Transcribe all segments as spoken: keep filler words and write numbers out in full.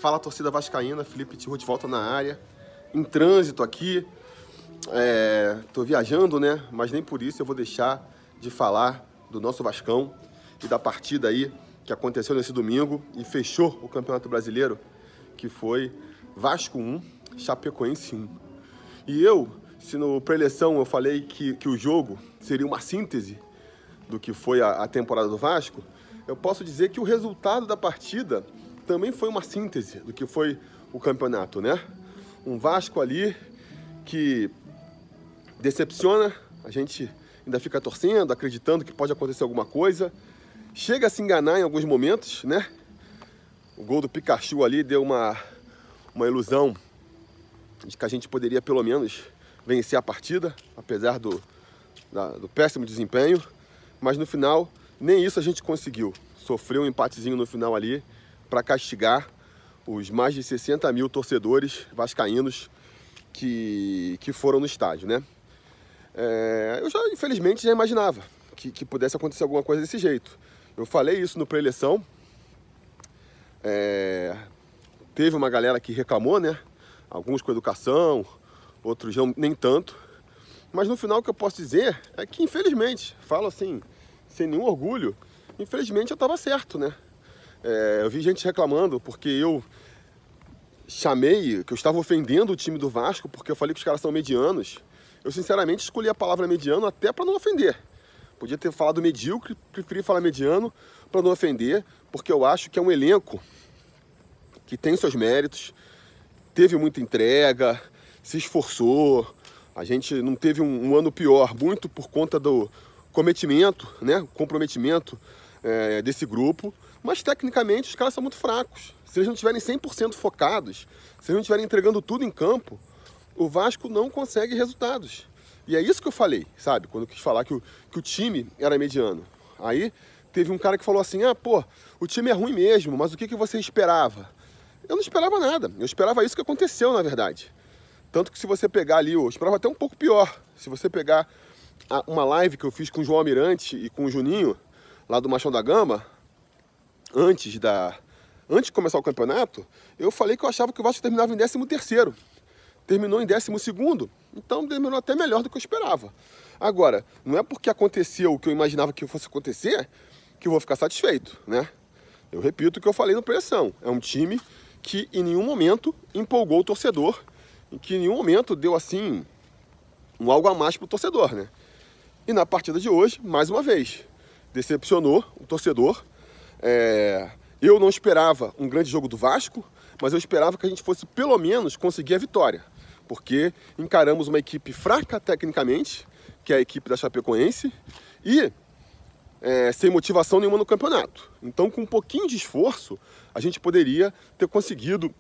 Fala, torcida vascaína, Felipe Tiru de volta na área, em trânsito aqui, é, tô viajando, né, mas nem por isso eu vou deixar de falar do nosso Vascão e da partida aí que aconteceu nesse domingo e fechou o Campeonato Brasileiro, que foi Vasco um, Chapecoense um. E eu, se no pré-eleição eu falei que, que o jogo seria uma síntese do que foi a, a temporada do Vasco, eu posso dizer que o resultado da partida também foi uma síntese do que foi o campeonato, né? Um Vasco ali que decepciona, a gente ainda fica torcendo, acreditando que pode acontecer alguma coisa, chega a se enganar em alguns momentos, né? O gol do Pikachu ali deu uma, uma ilusão de que a gente poderia pelo menos vencer a partida, apesar do, da, do péssimo desempenho, mas no final nem isso a gente conseguiu. Sofreu um empatezinho no final ali para castigar os mais de sessenta mil torcedores vascaínos que, que foram no estádio, né? É, eu já, infelizmente, já imaginava que, que pudesse acontecer alguma coisa desse jeito. Eu falei isso no pré-eleição. É, teve uma galera que reclamou, né? Alguns com educação, outros não, nem tanto. Mas no final o que eu posso dizer é que, infelizmente, falo assim, sem nenhum orgulho, infelizmente eu estava certo, né? É, eu vi gente reclamando porque eu chamei, que eu estava ofendendo o time do Vasco, porque eu falei que os caras são medianos. Eu sinceramente escolhi a palavra mediano até para não ofender. Podia ter falado medíocre, preferi falar mediano para não ofender, porque eu acho que é um elenco que tem seus méritos, teve muita entrega, se esforçou. A gente não teve um, um ano pior, muito por conta do cometimento, né, comprometimento é, desse grupo. Mas tecnicamente os caras são muito fracos. Se eles não estiverem cem por cento focados, se eles não estiverem entregando tudo em campo, o Vasco não consegue resultados. E é isso que eu falei, sabe? Quando eu quis falar que o, que o time era mediano. Aí teve um cara que falou assim, ah, pô, o time é ruim mesmo, mas o que, que você esperava? Eu não esperava nada. Eu esperava isso que aconteceu, na verdade. Tanto que se você pegar ali, eu esperava até um pouco pior. Se você pegar a, uma live que eu fiz com o João Almirante e com o Juninho, lá do Machão da Gama, Antes, da, antes de começar o campeonato, eu falei que eu achava que o Vasco terminava em décimo terceiro. Terminou em décimo segundo, então terminou até melhor do que eu esperava. Agora, não é porque aconteceu o que eu imaginava que fosse acontecer que eu vou ficar satisfeito, né? Eu repito o que eu falei no pré-eleição. É um time que em nenhum momento empolgou o torcedor, em que em nenhum momento deu assim um algo a mais para o torcedor, né? E na partida de hoje, mais uma vez, decepcionou o torcedor. É, eu não esperava um grande jogo do Vasco, mas eu esperava que a gente fosse pelo menos conseguir a vitória, porque encaramos uma equipe fraca tecnicamente, que é a equipe da Chapecoense, e é, sem motivação nenhuma no campeonato. Então, com um pouquinho de esforço, a gente poderia ter conseguido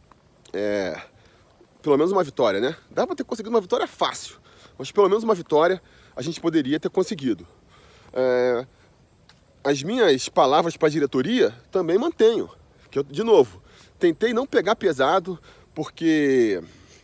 é, pelo menos uma vitória, né? Dá para ter conseguido uma vitória fácil, mas pelo menos uma vitória a gente poderia ter conseguido. É, As minhas palavras para a diretoria também mantenho. Que eu, de novo, tentei não pegar pesado, porque,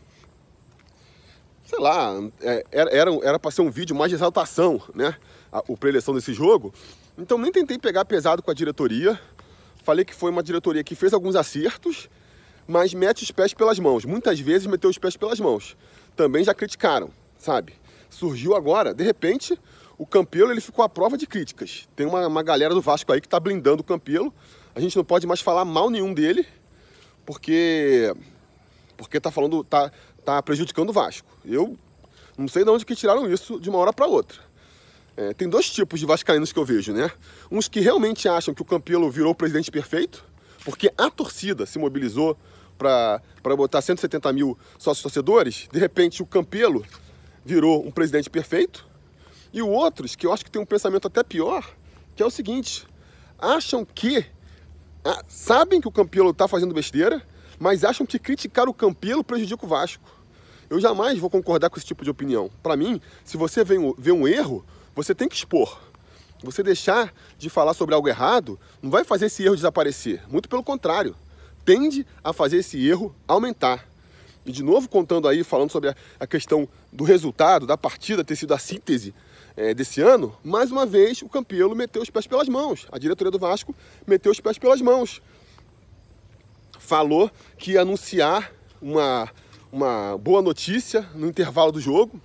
sei lá, era para ser um vídeo mais de exaltação, né? A, a pré-eleição desse jogo. Então nem tentei pegar pesado com a diretoria. Falei que foi uma diretoria que fez alguns acertos, mas mete os pés pelas mãos. Muitas vezes meteu os pés pelas mãos. Também já criticaram, sabe? Surgiu agora, de repente, o Campelo ele ficou à prova de críticas. Tem uma, uma galera do Vasco aí que está blindando o Campelo. A gente não pode mais falar mal nenhum dele, porque porque tá falando, tá, tá prejudicando o Vasco. Eu não sei de onde que tiraram isso de uma hora para outra. É, tem dois tipos de vascaínos que eu vejo, né? Uns que realmente acham que o Campelo virou o presidente perfeito, porque a torcida se mobilizou para botar cento e setenta mil sócios torcedores. De repente o Campelo virou um presidente perfeito. E outros, que eu acho que tem um pensamento até pior, que é o seguinte, acham que, ah, sabem que o Campelo está fazendo besteira, mas acham que criticar o Campelo prejudica o Vasco. Eu jamais vou concordar com esse tipo de opinião. Para mim, se você vê um, vê um erro, você tem que expor. Você deixar de falar sobre algo errado, não vai fazer esse erro desaparecer. Muito pelo contrário, tende a fazer esse erro aumentar. E de novo contando aí, falando sobre a, a questão do resultado, da partida ter sido a síntese é, desse ano, mais uma vez o Campelo meteu os pés pelas mãos. A diretoria do Vasco meteu os pés pelas mãos. falou que ia anunciar uma, uma boa notícia no intervalo do jogo.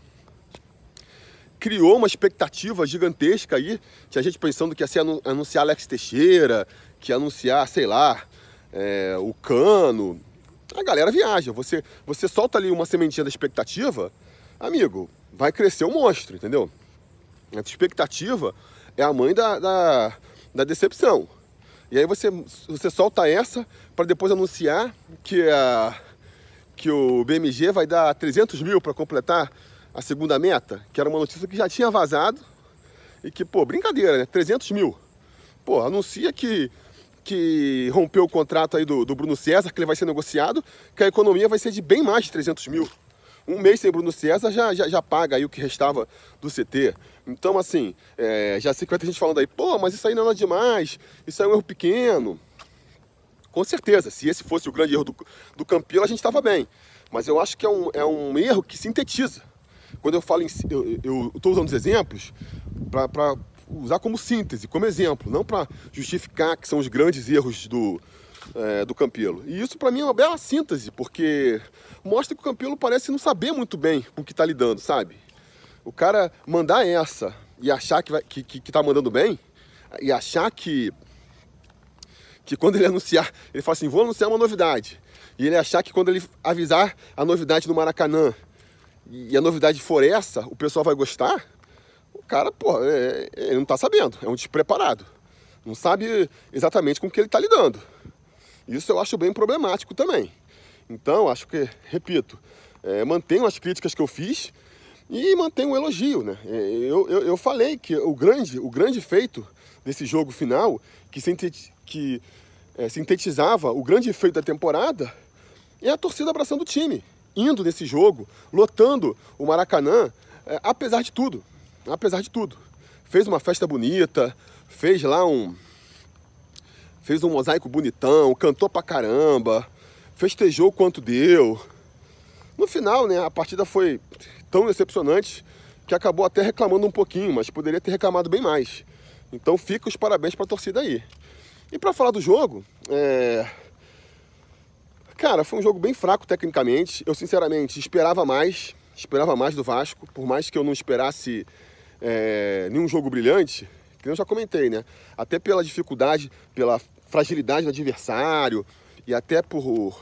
Criou uma expectativa gigantesca aí. Tinha gente pensando que ia ser anunciar Alex Teixeira, que ia anunciar, sei lá, é, o Cano. A galera viaja. Você, você solta ali uma sementinha da expectativa, amigo, vai crescer um monstro, entendeu? A expectativa é a mãe da, da, da decepção. E aí você, você solta essa para depois anunciar que, a, que o B M G vai dar trezentos mil para completar a segunda meta, que era uma notícia que já tinha vazado e que, pô, brincadeira, né? trezentos mil. Pô, anuncia que, que rompeu o contrato aí do, do Bruno César, que ele vai ser negociado, que a economia vai ser de bem mais de trezentos mil. Um mês sem Bruno César já, já, já paga aí o que restava do C T. Então, assim, é, já sei que vai ter gente falando aí, pô, mas isso aí não é nada demais, isso aí é um erro pequeno. Com certeza, se esse fosse o grande erro do, do Campelo, a gente estava bem. Mas eu acho que é um, é um erro que sintetiza. Quando eu falo em... Eu estou usando os exemplos para usar como síntese, como exemplo, não para justificar que são os grandes erros do, é, do Campelo. E isso para mim é uma bela síntese, porque mostra que o Campelo parece não saber muito bem com o que está lidando, sabe? O cara mandar essa e achar que, vai, que, que, que tá mandando bem, e achar que, que quando ele anunciar, ele fala assim, vou anunciar uma novidade. E ele achar que quando ele avisar a novidade no Maracanã, e a novidade for essa, o pessoal vai gostar, o cara, pô, é, ele não tá sabendo, é um despreparado. Não sabe exatamente com o que ele tá lidando. Isso eu acho bem problemático também. Então, acho que, repito, é, mantenho as críticas que eu fiz e mantenho o elogio, né? Eu, eu, eu falei que o grande, o grande feito desse jogo final, que, sinteti, que é, sintetizava o grande feito da temporada, é a torcida abraçando o time, indo nesse jogo, lotando o Maracanã, é, apesar de tudo, apesar de tudo. Fez uma festa bonita, fez lá um... fez um mosaico bonitão, cantou pra caramba, festejou o quanto deu. No final, né, a partida foi tão decepcionante que acabou até reclamando um pouquinho, mas poderia ter reclamado bem mais. Então fica os parabéns pra torcida aí. E pra falar do jogo, é... cara, foi um jogo bem fraco tecnicamente. Eu, sinceramente, esperava mais, esperava mais do Vasco, por mais que eu não esperasse é, nenhum jogo brilhante, que eu já comentei, né? Até pela dificuldade, pela fragilidade do adversário e até por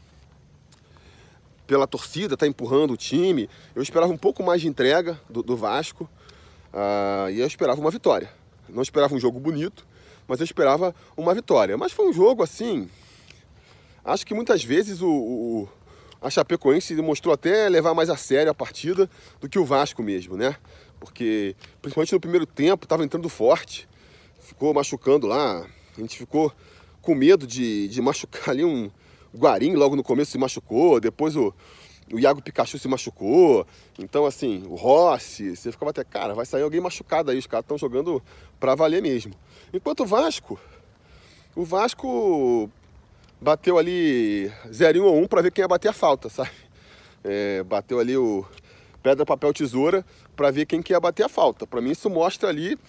pela torcida tá empurrando o time, eu esperava um pouco mais de entrega do, do Vasco uh, e eu esperava uma vitória. Não esperava um jogo bonito, mas eu esperava uma vitória. Mas foi um jogo assim, acho que muitas vezes o, o, a Chapecoense demonstrou até levar mais a sério a partida do que o Vasco mesmo, né? Porque, principalmente no primeiro tempo, estava entrando forte, ficou machucando lá, a gente ficou com medo de, de machucar ali um Guarim, logo no começo se machucou, depois o, o Iago Pikachu se machucou, então assim, o Rossi, você ficava até, cara, vai sair alguém machucado aí, os caras estão jogando pra valer mesmo. Enquanto o Vasco, o Vasco bateu ali zero ou um para ver quem ia bater a falta, sabe? É, bateu ali o pedra, papel, tesoura para ver quem que ia bater a falta. Para mim isso mostra ali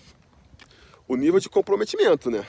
o nível de comprometimento, né?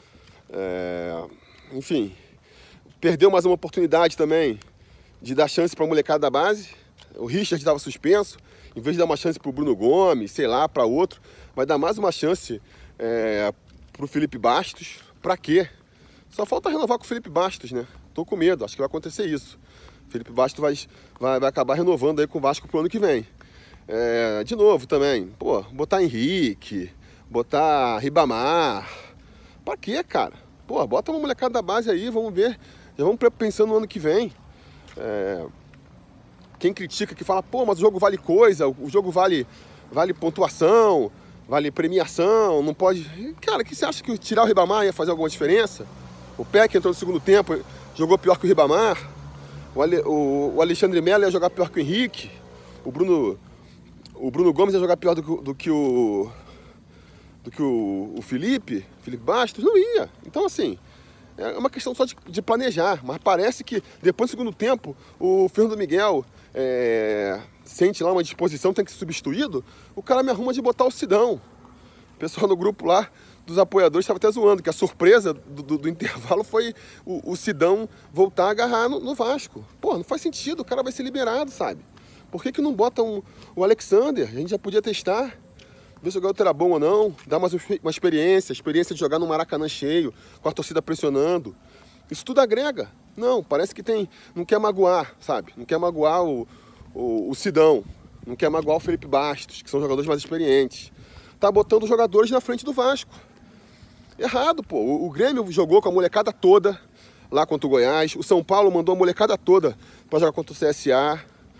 É, enfim, perdeu mais uma oportunidade também de dar chance para a molecada da base. O Richard estava suspenso, em vez de dar uma chance para o Bruno Gomes, sei lá, para outro, vai dar mais uma chance é, para o Felipe Bastos. Para quê? Só falta renovar com o Felipe Bastos, né? Tô com medo, acho que vai acontecer isso. O Felipe Bastos vai, vai, vai acabar renovando aí com o Vasco pro ano que vem. É, de novo também, pô, botar Henrique, botar Ribamar. Pra quê, cara? Pô, bota uma molecada da base aí, vamos ver. Já vamos pensando no ano que vem. É, quem critica, que fala, pô, mas o jogo vale coisa, o jogo vale, vale pontuação, vale premiação, não pode... Cara, que você acha que tirar o Ribamar ia fazer alguma diferença? O Peck entrou no segundo tempo, jogou pior que o Ribamar. O, Ale, o, o Alexandre Melo ia jogar pior que o Henrique. O Bruno, o Bruno Gomes ia jogar pior do, do que o do que o, o Felipe, Felipe Bastos. Não ia. Então, assim, é uma questão só de, de planejar. Mas parece que depois do segundo tempo, o Fernando Miguel é, sente lá uma disposição, tem que ser substituído. O cara me arruma de botar o Sidão. O pessoal no grupo lá dos apoiadores estava até zoando, que a surpresa do, do, do intervalo foi o, o Sidão voltar a agarrar no, no Vasco. Pô, não faz sentido, o cara vai ser liberado, sabe? Por que que não bota um, o Alexander? A gente já podia testar, ver se o garoto era bom ou não, dar mais uma experiência, experiência de jogar no Maracanã cheio, com a torcida pressionando. Isso tudo agrega. Não, parece que tem, não quer magoar, sabe? Não quer magoar o, o, o Sidão, não quer magoar o Felipe Bastos, que são jogadores mais experientes. Tá botando os jogadores na frente do Vasco. Errado, pô. O, o Grêmio jogou com a molecada toda lá contra o Goiás. O São Paulo mandou a molecada toda para jogar contra o C S A.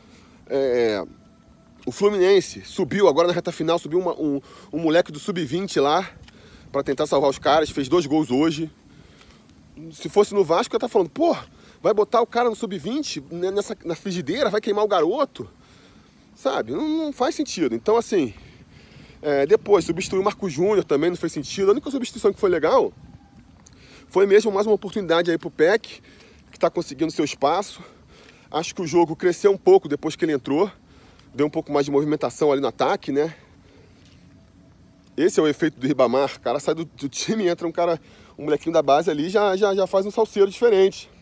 É, o Fluminense subiu, agora na reta final, subiu uma, um, um moleque do sub vinte lá para tentar salvar os caras. Fez dois gols hoje. Se fosse no Vasco, eu ia estar falando, pô, vai botar o cara no sub vinte nessa, na frigideira, vai queimar o garoto. Sabe? Não, não faz sentido. Então, assim... É, depois, substituir o Marco Júnior também não fez sentido. A única substituição que foi legal foi mesmo mais uma oportunidade aí pro Peck, que está conseguindo seu espaço. Acho que o jogo cresceu um pouco depois que ele entrou. Deu um pouco mais de movimentação ali no ataque, né? Esse é o efeito do Ribamar. O cara sai do, do time, entra um cara, um molequinho da base ali, já, já, já faz um salseiro diferente.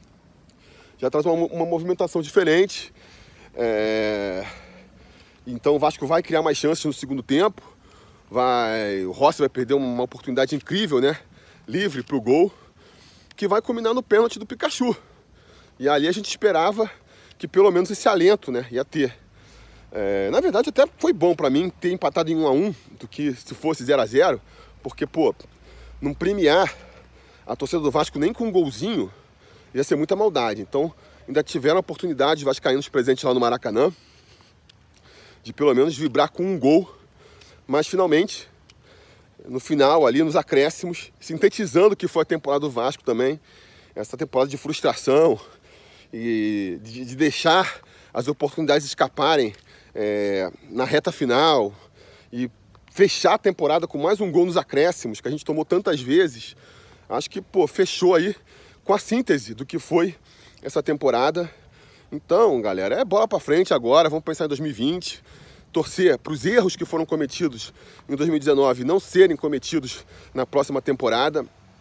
Já traz uma, uma movimentação diferente. É... Então o Vasco vai criar mais chances no segundo tempo. Vai, o Rossi vai perder uma oportunidade incrível, né? Livre para o gol, que vai culminar no pênalti do Pikachu. E ali a gente esperava que pelo menos esse alento, né, ia ter. É, na verdade até foi bom para mim ter empatado em um a um do que se fosse zero a zero, porque, pô, não premiar a torcida do Vasco nem com um golzinho ia ser muita maldade. Então ainda tiveram a oportunidade de vascaínos presentes lá no Maracanã de pelo menos vibrar com um gol, mas finalmente, no final ali, nos acréscimos, sintetizando o que foi a temporada do Vasco também, essa temporada de frustração e de, de deixar as oportunidades escaparem é, na reta final e fechar a temporada com mais um gol nos acréscimos, que a gente tomou tantas vezes. Acho que, pô, fechou aí com a síntese do que foi essa temporada. Então, galera, é bola pra frente agora, vamos pensar em dois mil e vinte, torcer para os erros que foram cometidos em dois mil e dezenove não serem cometidos na próxima temporada,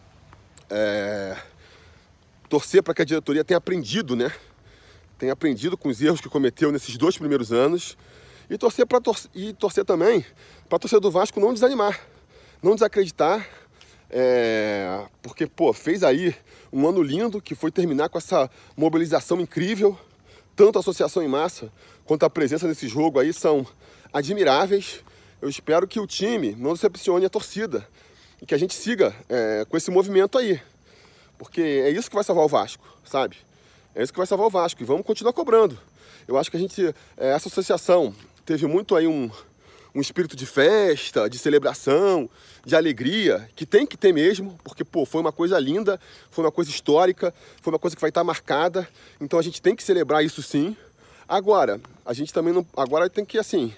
é... torcer para que a diretoria tenha aprendido, né? Tenha aprendido com os erros que cometeu nesses dois primeiros anos e torcer, pra tor e torcer também para a torcida do Vasco não desanimar, não desacreditar, é... porque, pô, fez aí um ano lindo que foi terminar com essa mobilização incrível. Tanto a associação em massa quanto a presença nesse jogo aí são admiráveis. Eu espero que o time não decepcione a torcida e que a gente siga é, com esse movimento aí. Porque é isso que vai salvar o Vasco, sabe? É isso que vai salvar o Vasco e vamos continuar cobrando. Eu acho que a gente, é, essa associação teve muito aí um, um espírito de festa, de celebração, de alegria, que tem que ter mesmo, porque, pô, foi uma coisa linda, foi uma coisa histórica, foi uma coisa que vai estar marcada, então a gente tem que celebrar isso sim. Agora, a gente também não, agora tem que, assim,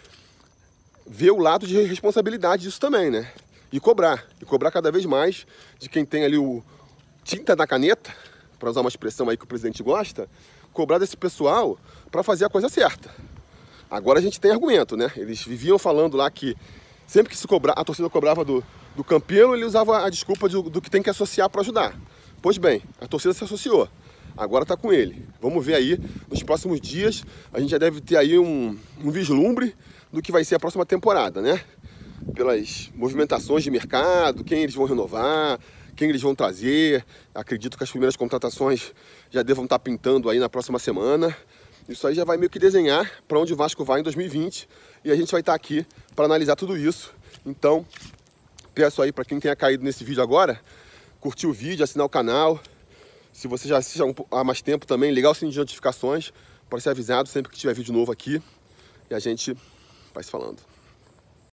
ver o lado de responsabilidade disso também, né? E cobrar, e cobrar cada vez mais de quem tem ali o tinta na caneta, para usar uma expressão aí que o presidente gosta, cobrar desse pessoal para fazer a coisa certa. Agora a gente tem argumento, né? Eles viviam falando lá que sempre que se cobra, a torcida cobrava do, do Campelo, ele usava a desculpa de, do que tem que associar para ajudar. Pois bem, a torcida se associou. Agora está com ele. Vamos ver aí, nos próximos dias, a gente já deve ter aí um, um vislumbre do que vai ser a próxima temporada, né? Pelas movimentações de mercado, quem eles vão renovar, quem eles vão trazer. Acredito que as primeiras contratações já devam estar pintando aí na próxima semana. Isso aí já vai meio que desenhar para onde o Vasco vai em dois mil e vinte e a gente vai estar aqui para analisar tudo isso. Então, peço aí para quem tenha caído nesse vídeo agora, curtir o vídeo, assinar o canal. Se você já assiste há mais tempo também, ligar o sininho de notificações para ser avisado sempre que tiver vídeo novo aqui. E a gente vai se falando.